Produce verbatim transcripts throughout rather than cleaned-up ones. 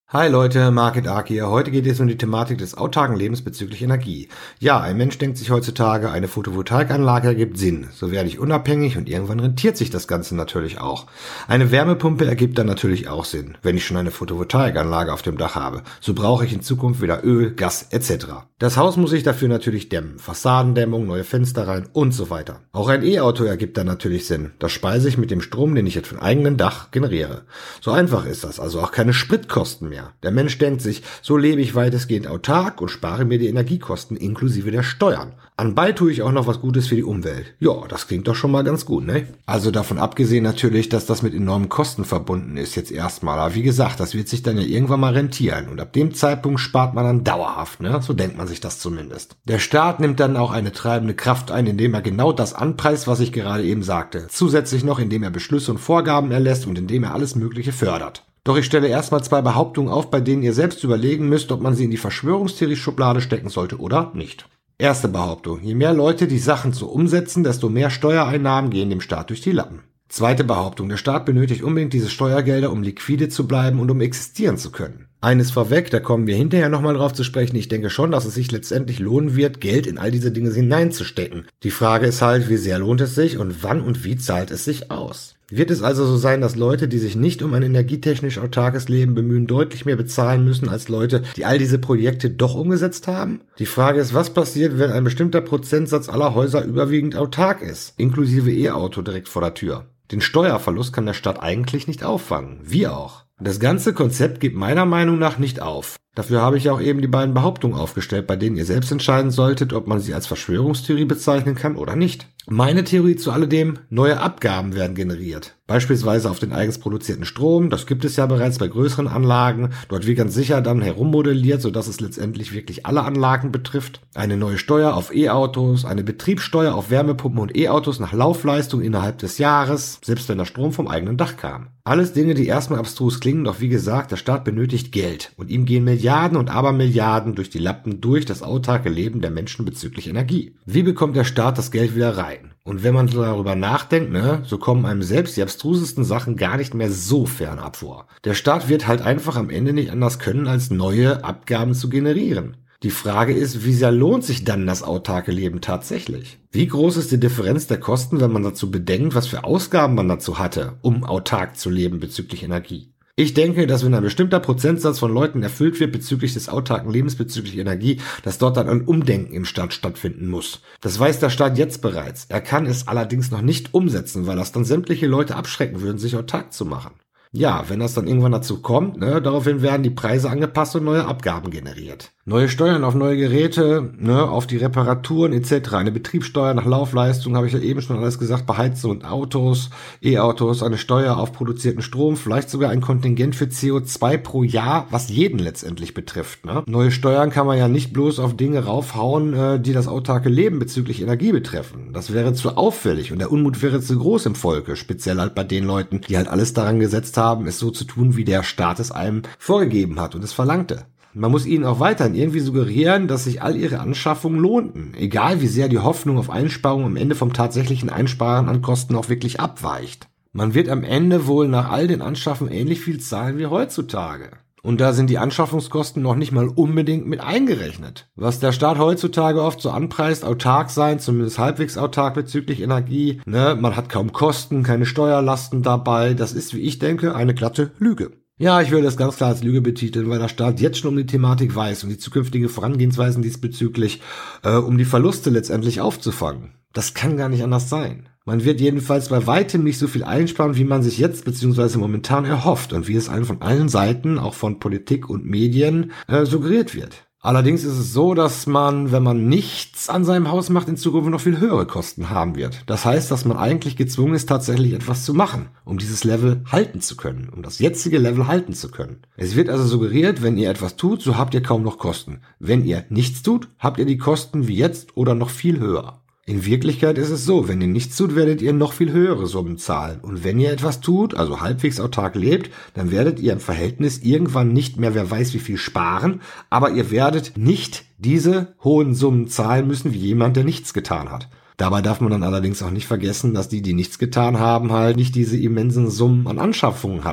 Hi Leute, Market Ark hier. Heute geht es um die Thematik des autarken Lebens bezüglich Energie. Ja, ein Mensch denkt sich heutzutage, eine Photovoltaikanlage ergibt Sinn. So werde ich unabhängig und irgendwann rentiert sich das Ganze natürlich auch. Eine Wärmepumpe ergibt dann natürlich auch Sinn, wenn ich schon eine Photovoltaikanlage auf dem Dach habe. So brauche ich in Zukunft wieder Öl, Gas et cetera. Das Haus muss ich dafür natürlich dämmen. Fassadendämmung, neue Fenster rein und so weiter. Auch ein E-Auto ergibt dann natürlich Sinn. Das speise ich mit dem Strom, den ich jetzt vom eigenen Dach generiere. So einfach ist das, also auch keine Spritkosten mehr. Der Mensch denkt sich, so lebe ich weitestgehend autark und spare mir die Energiekosten inklusive der Steuern. Anbei tue ich auch noch was Gutes für die Umwelt. Ja, das klingt doch schon mal ganz gut, ne? Also davon abgesehen natürlich, dass das mit enormen Kosten verbunden ist jetzt erstmal. Aber wie gesagt, das wird sich dann ja irgendwann mal rentieren. Und ab dem Zeitpunkt spart man dann dauerhaft, ne? So denkt man sich das zumindest. Der Staat nimmt dann auch eine treibende Kraft ein, indem er genau das anpreist, was ich gerade eben sagte. Zusätzlich noch, indem er Beschlüsse und Vorgaben erlässt und indem er alles Mögliche fördert. Doch ich stelle erstmal zwei Behauptungen auf, bei denen ihr selbst überlegen müsst, ob man sie in die Verschwörungstheorie-Schublade stecken sollte oder nicht. Erste Behauptung. Je mehr Leute die Sachen so umsetzen, desto mehr Steuereinnahmen gehen dem Staat durch die Lappen. Zweite Behauptung. Der Staat benötigt unbedingt diese Steuergelder, um liquide zu bleiben und um existieren zu können. Eines vorweg, da kommen wir hinterher nochmal drauf zu sprechen. Ich denke schon, dass es sich letztendlich lohnen wird, Geld in all diese Dinge hineinzustecken. Die Frage ist halt, wie sehr lohnt es sich und wann und wie zahlt es sich aus? Wird es also so sein, dass Leute, die sich nicht um ein energietechnisch autarkes Leben bemühen, deutlich mehr bezahlen müssen als Leute, die all diese Projekte doch umgesetzt haben? Die Frage ist, was passiert, wenn ein bestimmter Prozentsatz aller Häuser überwiegend autark ist, inklusive E-Auto direkt vor der Tür? Den Steuerverlust kann der Staat eigentlich nicht auffangen. Wie auch. Das ganze Konzept geht meiner Meinung nach nicht auf. Dafür habe ich auch eben die beiden Behauptungen aufgestellt, bei denen ihr selbst entscheiden solltet, ob man sie als Verschwörungstheorie bezeichnen kann oder nicht. Meine Theorie zu alledem: neue Abgaben werden generiert. Beispielsweise auf den eigens produzierten Strom, das gibt es ja bereits bei größeren Anlagen. Dort wird ganz sicher dann herummodelliert, sodass es letztendlich wirklich alle Anlagen betrifft. Eine neue Steuer auf E-Autos, eine Betriebssteuer auf Wärmepumpen und E-Autos nach Laufleistung innerhalb des Jahres, selbst wenn der Strom vom eigenen Dach kam. Alles Dinge, die erstmal abstrus klingen, doch wie gesagt, der Staat benötigt Geld und ihm gehen Milliarden und Abermilliarden durch die Lappen durch das autarke Leben der Menschen bezüglich Energie. Wie bekommt der Staat das Geld wieder rein? Und wenn man darüber nachdenkt, ne, so kommen einem selbst die abstrusesten Sachen gar nicht mehr so fernab vor. Der Staat wird halt einfach am Ende nicht anders können, als neue Abgaben zu generieren. Die Frage ist, wie sehr lohnt sich dann das autarke Leben tatsächlich? Wie groß ist die Differenz der Kosten, wenn man dazu bedenkt, was für Ausgaben man dazu hatte, um autark zu leben bezüglich Energie? Ich denke, dass wenn ein bestimmter Prozentsatz von Leuten erfüllt wird bezüglich des autarken Lebens, bezüglich Energie, dass dort dann ein Umdenken im Staat stattfinden muss. Das weiß der Staat jetzt bereits. Er kann es allerdings noch nicht umsetzen, weil das dann sämtliche Leute abschrecken würden, sich autark zu machen. Ja, wenn das dann irgendwann dazu kommt, ne, daraufhin werden die Preise angepasst und neue Abgaben generiert. Neue Steuern auf neue Geräte, ne, auf die Reparaturen et cetera. Eine Betriebssteuer nach Laufleistung, habe ich ja eben schon alles gesagt, bei Heizung und Autos, E-Autos, eine Steuer auf produzierten Strom, vielleicht sogar ein Kontingent für C O zwei pro Jahr, was jeden letztendlich betrifft. Ne? Neue Steuern kann man ja nicht bloß auf Dinge raufhauen, äh, die das autarke Leben bezüglich Energie betreffen. Das wäre zu auffällig und der Unmut wäre zu groß im Volke, speziell halt bei den Leuten, die halt alles daran gesetzt haben, es so zu tun, wie der Staat es einem vorgegeben hat und es verlangte. Man muss ihnen auch weiterhin irgendwie suggerieren, dass sich all ihre Anschaffungen lohnten, egal wie sehr die Hoffnung auf Einsparung am Ende vom tatsächlichen Einsparen an Kosten auch wirklich abweicht. Man wird am Ende wohl nach all den Anschaffungen ähnlich viel zahlen wie heutzutage. Und da sind die Anschaffungskosten noch nicht mal unbedingt mit eingerechnet. Was der Staat heutzutage oft so anpreist, autark sein, zumindest halbwegs autark bezüglich Energie, ne, man hat kaum Kosten, keine Steuerlasten dabei, das ist, wie ich denke, eine glatte Lüge. Ja, ich würde das ganz klar als Lüge betiteln, weil der Staat jetzt schon um die Thematik weiß und die zukünftige Vorangehensweisen diesbezüglich, äh, um die Verluste letztendlich aufzufangen. Das kann gar nicht anders sein. Man wird jedenfalls bei weitem nicht so viel einsparen, wie man sich jetzt bzw. momentan erhofft und wie es einem von allen Seiten, auch von Politik und Medien, äh, suggeriert wird. Allerdings ist es so, dass man, wenn man nichts an seinem Haus macht, in Zukunft noch viel höhere Kosten haben wird. Das heißt, dass man eigentlich gezwungen ist, tatsächlich etwas zu machen, um dieses Level halten zu können, um das jetzige Level halten zu können. Es wird also suggeriert, wenn ihr etwas tut, so habt ihr kaum noch Kosten. Wenn ihr nichts tut, habt ihr die Kosten wie jetzt oder noch viel höher. In Wirklichkeit ist es so, wenn ihr nichts tut, werdet ihr noch viel höhere Summen zahlen. Und wenn ihr etwas tut, also halbwegs autark lebt, dann werdet ihr im Verhältnis irgendwann nicht mehr, wer weiß wie viel sparen, aber ihr werdet nicht diese hohen Summen zahlen müssen wie jemand, der nichts getan hat. Dabei darf man dann allerdings auch nicht vergessen, dass die, die nichts getan haben, halt nicht diese immensen Summen an Anschaffungen hatten.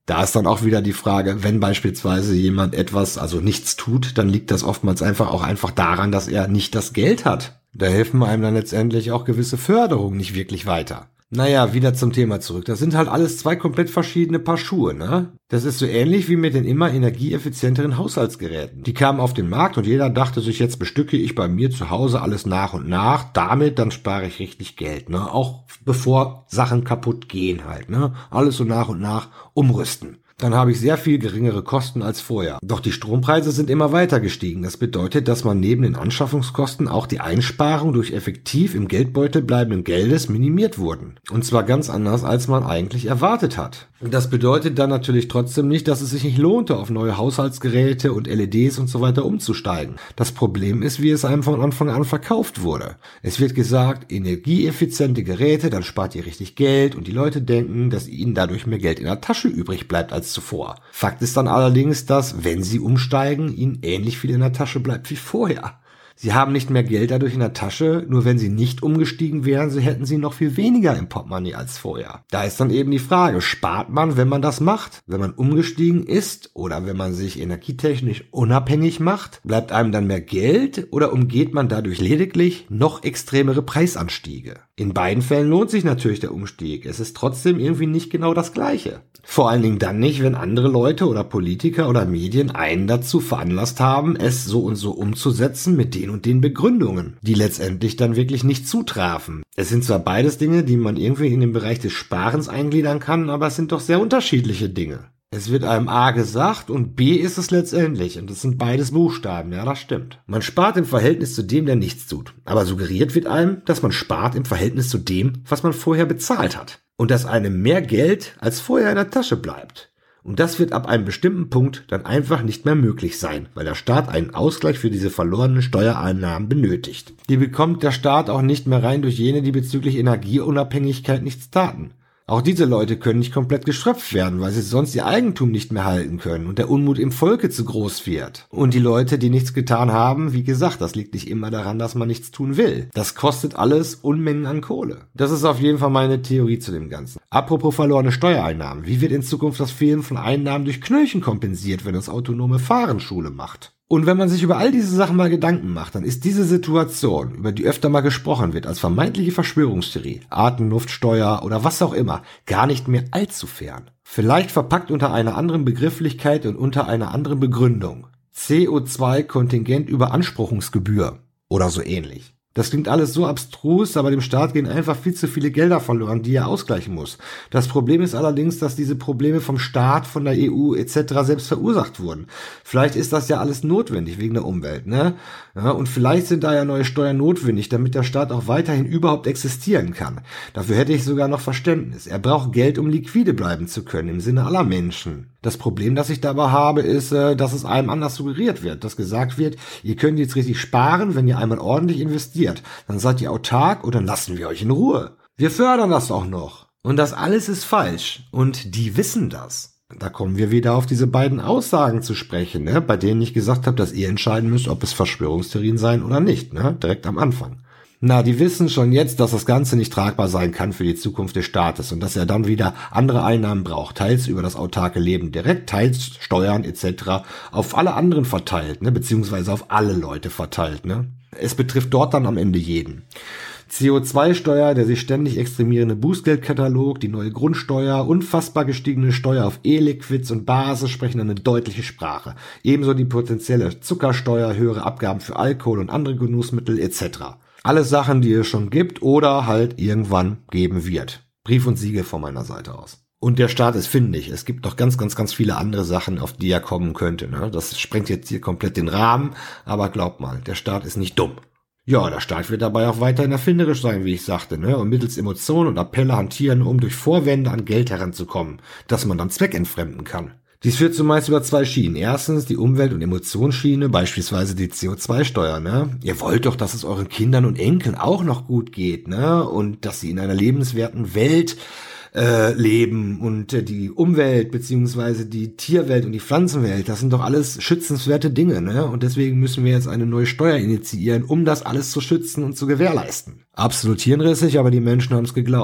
Da ist dann auch wieder die Frage, wenn beispielsweise jemand etwas, also nichts tut, dann liegt das oftmals einfach auch einfach daran, dass er nicht das Geld hat. Da helfen einem dann letztendlich auch gewisse Förderungen nicht wirklich weiter. Naja, wieder zum Thema zurück. Das sind halt alles zwei komplett verschiedene Paar Schuhe, ne? Das ist so ähnlich wie mit den immer energieeffizienteren Haushaltsgeräten. Die kamen auf den Markt und jeder dachte sich, jetzt bestücke ich bei mir zu Hause alles nach und nach. Damit, dann spare ich richtig Geld, ne? Auch bevor Sachen kaputt gehen halt, ne? Alles so nach und nach umrüsten. Dann habe ich sehr viel geringere Kosten als vorher. Doch die Strompreise sind immer weiter gestiegen. Das bedeutet, dass man neben den Anschaffungskosten auch die Einsparung durch effektiv im Geldbeutel bleibenden Geldes minimiert wurden. Und zwar ganz anders, als man eigentlich erwartet hat. Das bedeutet dann natürlich trotzdem nicht, dass es sich nicht lohnte, auf neue Haushaltsgeräte und L E Ds und so weiter umzusteigen. Das Problem ist, wie es einem von Anfang an verkauft wurde. Es wird gesagt, energieeffiziente Geräte, dann spart ihr richtig Geld und die Leute denken, dass ihnen dadurch mehr Geld in der Tasche übrig bleibt als zuvor. Fakt ist dann allerdings, dass, wenn sie umsteigen, ihnen ähnlich viel in der Tasche bleibt wie vorher. Sie haben nicht mehr Geld dadurch in der Tasche, nur wenn sie nicht umgestiegen wären, so hätten sie noch viel weniger im Portemonnaie als vorher. Da ist dann eben die Frage, spart man, wenn man das macht? Wenn man umgestiegen ist oder wenn man sich energietechnisch unabhängig macht, bleibt einem dann mehr Geld oder umgeht man dadurch lediglich noch extremere Preisanstiege? In beiden Fällen lohnt sich natürlich der Umstieg. Es ist trotzdem irgendwie nicht genau das Gleiche. Vor allen Dingen dann nicht, wenn andere Leute oder Politiker oder Medien einen dazu veranlasst haben, es so und so umzusetzen mit den und den Begründungen, die letztendlich dann wirklich nicht zutrafen. Es sind zwar beides Dinge, die man irgendwie in den Bereich des Sparens eingliedern kann, aber es sind doch sehr unterschiedliche Dinge. Es wird einem A gesagt und B ist es letztendlich und das sind beides Buchstaben, ja das stimmt. Man spart im Verhältnis zu dem, der nichts tut, aber suggeriert wird einem, dass man spart im Verhältnis zu dem, was man vorher bezahlt hat und dass einem mehr Geld als vorher in der Tasche bleibt. Und das wird ab einem bestimmten Punkt dann einfach nicht mehr möglich sein, weil der Staat einen Ausgleich für diese verlorenen Steuereinnahmen benötigt. Die bekommt der Staat auch nicht mehr rein durch jene, die bezüglich Energieunabhängigkeit nichts taten. Auch diese Leute können nicht komplett geschröpft werden, weil sie sonst ihr Eigentum nicht mehr halten können und der Unmut im Volke zu groß wird. Und die Leute, die nichts getan haben, wie gesagt, das liegt nicht immer daran, dass man nichts tun will. Das kostet alles Unmengen an Kohle. Das ist auf jeden Fall meine Theorie zu dem Ganzen. Apropos verlorene Steuereinnahmen. Wie wird in Zukunft das Fehlen von Einnahmen durch Knöllchen kompensiert, wenn es autonome Fahren Schule macht? Und wenn man sich über all diese Sachen mal Gedanken macht, dann ist diese Situation, über die öfter mal gesprochen wird, als vermeintliche Verschwörungstheorie, Atemluftsteuer oder was auch immer, gar nicht mehr allzu fern. Vielleicht verpackt unter einer anderen Begrifflichkeit und unter einer anderen Begründung. C O zwei Kontingentüberanspruchungsgebühr oder so ähnlich. Das klingt alles so abstrus, aber dem Staat gehen einfach viel zu viele Gelder verloren, die er ausgleichen muss. Das Problem ist allerdings, dass diese Probleme vom Staat, von der E U et cetera selbst verursacht wurden. Vielleicht ist das ja alles notwendig wegen der Umwelt, ne? Ja, und vielleicht sind da ja neue Steuern notwendig, damit der Staat auch weiterhin überhaupt existieren kann. Dafür hätte ich sogar noch Verständnis. Er braucht Geld, um liquide bleiben zu können, im Sinne aller Menschen. Das Problem, das ich dabei habe, ist, dass es einem anders suggeriert wird, dass gesagt wird, ihr könnt jetzt richtig sparen, wenn ihr einmal ordentlich investiert. Dann seid ihr autark und dann lassen wir euch in Ruhe. Wir fördern das auch noch. Und das alles ist falsch. Und die wissen das. Da kommen wir wieder auf diese beiden Aussagen zu sprechen, ne? Bei denen ich gesagt habe, dass ihr entscheiden müsst, ob es Verschwörungstheorien seien oder nicht, ne? Direkt am Anfang. Na, die wissen schon jetzt, dass das Ganze nicht tragbar sein kann für die Zukunft des Staates und dass er dann wieder andere Einnahmen braucht, teils über das autarke Leben direkt, teils Steuern et cetera auf alle anderen verteilt, ne, beziehungsweise auf alle Leute verteilt, ne. Es betrifft dort dann am Ende jeden. C O zwei Steuer, der sich ständig extremierende Bußgeldkatalog, die neue Grundsteuer, unfassbar gestiegene Steuer auf E-Liquids und Basis sprechen eine deutliche Sprache. Ebenso die potenzielle Zuckersteuer, höhere Abgaben für Alkohol und andere Genussmittel et cetera. Alles Sachen, die es schon gibt oder halt irgendwann geben wird. Brief und Siegel von meiner Seite aus. Und der Staat ist findig. Es gibt noch ganz, ganz, ganz viele andere Sachen, auf die er kommen könnte. Ne? Das sprengt jetzt hier komplett den Rahmen, aber glaubt mal, der Staat ist nicht dumm. Ja, der Staat wird dabei auch weiterhin erfinderisch sein, wie ich sagte, ne? Und mittels Emotionen und Appelle hantieren, um durch Vorwände an Geld heranzukommen, das man dann zweckentfremden kann. Dies führt zumeist über zwei Schienen. Erstens die Umwelt- und Emotionsschiene, beispielsweise die C O zwei Steuer, ne? Ihr wollt doch, dass es euren Kindern und Enkeln auch noch gut geht, ne? Und dass sie in einer lebenswerten Welt äh, leben und äh, die Umwelt beziehungsweise die Tierwelt und die Pflanzenwelt, das sind doch alles schützenswerte Dinge, ne? Und deswegen müssen wir jetzt eine neue Steuer initiieren, um das alles zu schützen und zu gewährleisten. Absolut hirnrissig, aber die Menschen haben es geglaubt.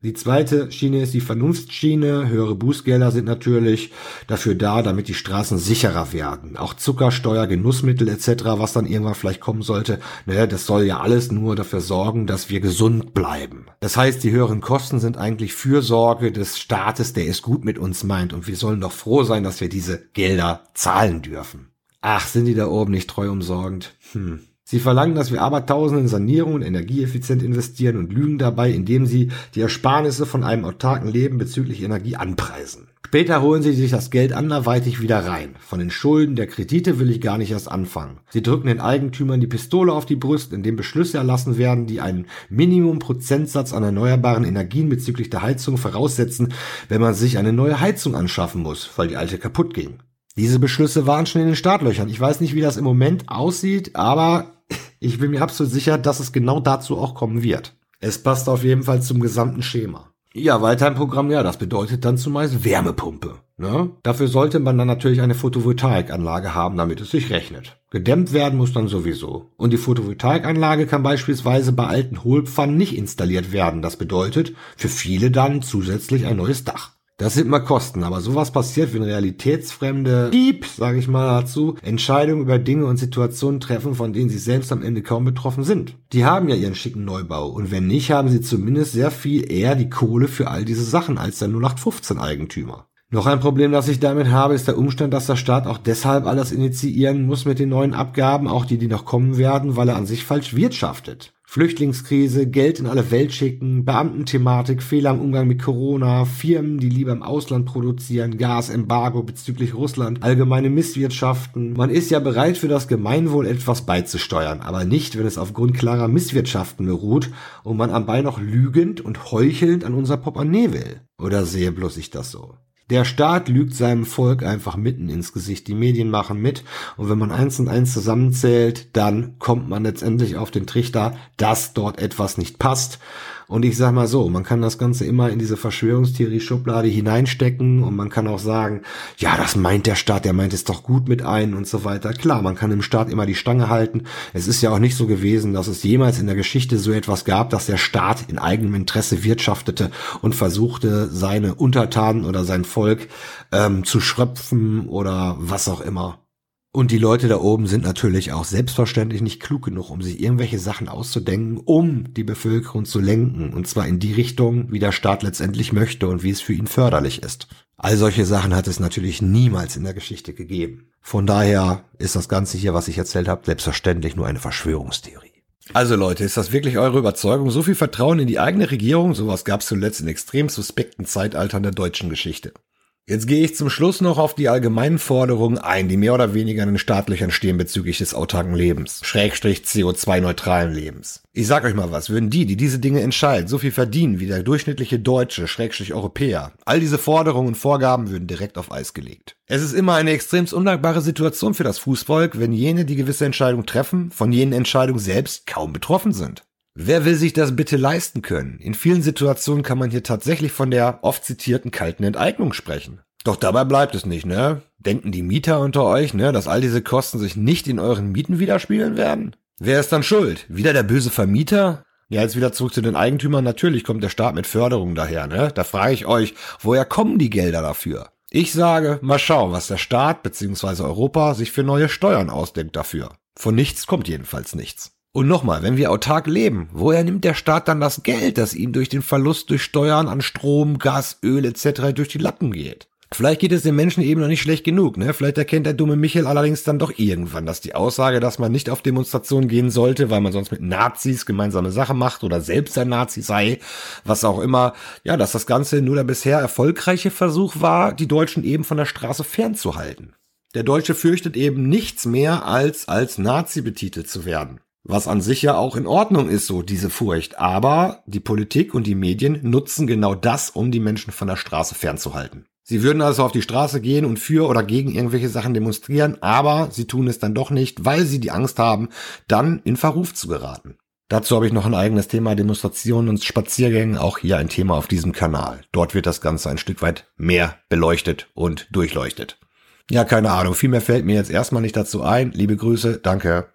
Die zweite Schiene ist die Vernunftsschiene. Höhere Bußgelder sind natürlich dafür da, damit die Straßen sicherer werden. Auch Zuckersteuer, Genussmittel et cetera, was dann irgendwann vielleicht kommen sollte, ne, das soll ja alles nur dafür sorgen, dass wir gesund bleiben. Das heißt, die höheren Kosten sind eigentlich Fürsorge des Staates, der es gut mit uns meint. Und wir sollen doch froh sein, dass wir diese Gelder zahlen dürfen. Ach, sind die da oben nicht treu umsorgend? Hm. Sie verlangen, dass wir Abertausende in Sanierung und energieeffizient investieren und lügen dabei, indem sie die Ersparnisse von einem autarken Leben bezüglich Energie anpreisen. Später holen sie sich das Geld anderweitig wieder rein. Von den Schulden der Kredite will ich gar nicht erst anfangen. Sie drücken den Eigentümern die Pistole auf die Brust, indem Beschlüsse erlassen werden, die einen Minimum-Prozentsatz an erneuerbaren Energien bezüglich der Heizung voraussetzen, wenn man sich eine neue Heizung anschaffen muss, weil die alte kaputt ging. Diese Beschlüsse waren schon in den Startlöchern. Ich weiß nicht, wie das im Moment aussieht, aber ich bin mir absolut sicher, dass es genau dazu auch kommen wird. Es passt auf jeden Fall zum gesamten Schema. Ja, weiter im Programm, ja, das bedeutet dann zumeist Wärmepumpe. Ne? Dafür sollte man dann natürlich eine Photovoltaikanlage haben, damit es sich rechnet. Gedämmt werden muss dann sowieso. Und die Photovoltaikanlage kann beispielsweise bei alten Hohlpfannen nicht installiert werden. Das bedeutet für viele dann zusätzlich ein neues Dach. Das sind mal Kosten, aber sowas passiert, wenn realitätsfremde Dieb, sage ich mal dazu, Entscheidungen über Dinge und Situationen treffen, von denen sie selbst am Ende kaum betroffen sind. Die haben ja ihren schicken Neubau und wenn nicht, haben sie zumindest sehr viel eher die Kohle für all diese Sachen als der null acht fünfzehn Eigentümer. Noch ein Problem, das ich damit habe, ist der Umstand, dass der Staat auch deshalb alles initiieren muss mit den neuen Abgaben, auch die, die noch kommen werden, weil er an sich falsch wirtschaftet. Flüchtlingskrise, Geld in alle Welt schicken, Beamtenthematik, Fehler im Umgang mit Corona, Firmen, die lieber im Ausland produzieren, Gasembargo bezüglich Russland, allgemeine Misswirtschaften. Man ist ja bereit, für das Gemeinwohl etwas beizusteuern, aber nicht, wenn es aufgrund klarer Misswirtschaften beruht und man anbei noch lügend und heuchelnd an unser Portemonnaie will. Oder sehe bloß ich das so? Der Staat lügt seinem Volk einfach mitten ins Gesicht. Die Medien machen mit und wenn man eins und eins zusammenzählt, dann kommt man letztendlich auf den Trichter, dass dort etwas nicht passt. Und ich sag mal so, man kann das Ganze immer in diese Verschwörungstheorie-Schublade hineinstecken und man kann auch sagen, ja, das meint der Staat, der meint es doch gut mit ein und so weiter. Klar, man kann dem Staat immer die Stange halten. Es ist ja auch nicht so gewesen, dass es jemals in der Geschichte so etwas gab, dass der Staat in eigenem Interesse wirtschaftete und versuchte, seine Untertanen oder sein Volk ähm, zu schröpfen oder was auch immer. Und die Leute da oben sind natürlich auch selbstverständlich nicht klug genug, um sich irgendwelche Sachen auszudenken, um die Bevölkerung zu lenken. Und zwar in die Richtung, wie der Staat letztendlich möchte und wie es für ihn förderlich ist. All solche Sachen hat es natürlich niemals in der Geschichte gegeben. Von daher ist das Ganze hier, was ich erzählt habe, selbstverständlich nur eine Verschwörungstheorie. Also Leute, ist das wirklich eure Überzeugung? So viel Vertrauen in die eigene Regierung? Sowas gab es zuletzt in extrem suspekten Zeitaltern der deutschen Geschichte. Jetzt gehe ich zum Schluss noch auf die allgemeinen Forderungen ein, die mehr oder weniger in den Startlöchern stehen bezüglich des autarken Lebens, Schrägstrich C O zwei neutralen Lebens. Ich sag euch mal was, würden die, die diese Dinge entscheiden, so viel verdienen wie der durchschnittliche Deutsche, Schrägstrich Europäer, all diese Forderungen und Vorgaben würden direkt auf Eis gelegt. Es ist immer eine extrem undankbare Situation für das Fußvolk, wenn jene, die gewisse Entscheidungen treffen, von jenen Entscheidungen selbst kaum betroffen sind. Wer will sich das bitte leisten können? In vielen Situationen kann man hier tatsächlich von der oft zitierten kalten Enteignung sprechen. Doch dabei bleibt es nicht, ne? Denken die Mieter unter euch, ne, dass all diese Kosten sich nicht in euren Mieten widerspiegeln werden? Wer ist dann schuld? Wieder der böse Vermieter? Ja, jetzt wieder zurück zu den Eigentümern. Natürlich kommt der Staat mit Förderungen daher, ne? Da frage ich euch, woher kommen die Gelder dafür? Ich sage, mal schauen, was der Staat bzw. Europa sich für neue Steuern ausdenkt dafür. Von nichts kommt jedenfalls nichts. Und nochmal, wenn wir autark leben, woher nimmt der Staat dann das Geld, das ihm durch den Verlust durch Steuern an Strom, Gas, Öl et cetera durch die Lappen geht? Vielleicht geht es den Menschen eben noch nicht schlecht genug, ne? Vielleicht erkennt der dumme Michel allerdings dann doch irgendwann, dass die Aussage, dass man nicht auf Demonstrationen gehen sollte, weil man sonst mit Nazis gemeinsame Sache macht oder selbst ein Nazi sei, was auch immer, ja, dass das Ganze nur der bisher erfolgreiche Versuch war, die Deutschen eben von der Straße fernzuhalten. Der Deutsche fürchtet eben nichts mehr, als als Nazi betitelt zu werden. Was an sich ja auch in Ordnung ist, so diese Furcht. Aber die Politik und die Medien nutzen genau das, um die Menschen von der Straße fernzuhalten. Sie würden also auf die Straße gehen und für oder gegen irgendwelche Sachen demonstrieren, aber sie tun es dann doch nicht, weil sie die Angst haben, dann in Verruf zu geraten. Dazu habe ich noch ein eigenes Thema, Demonstrationen und Spaziergängen, auch hier ein Thema auf diesem Kanal. Dort wird das Ganze ein Stück weit mehr beleuchtet und durchleuchtet. Ja, keine Ahnung, viel mehr fällt mir jetzt erstmal nicht dazu ein. Liebe Grüße, danke.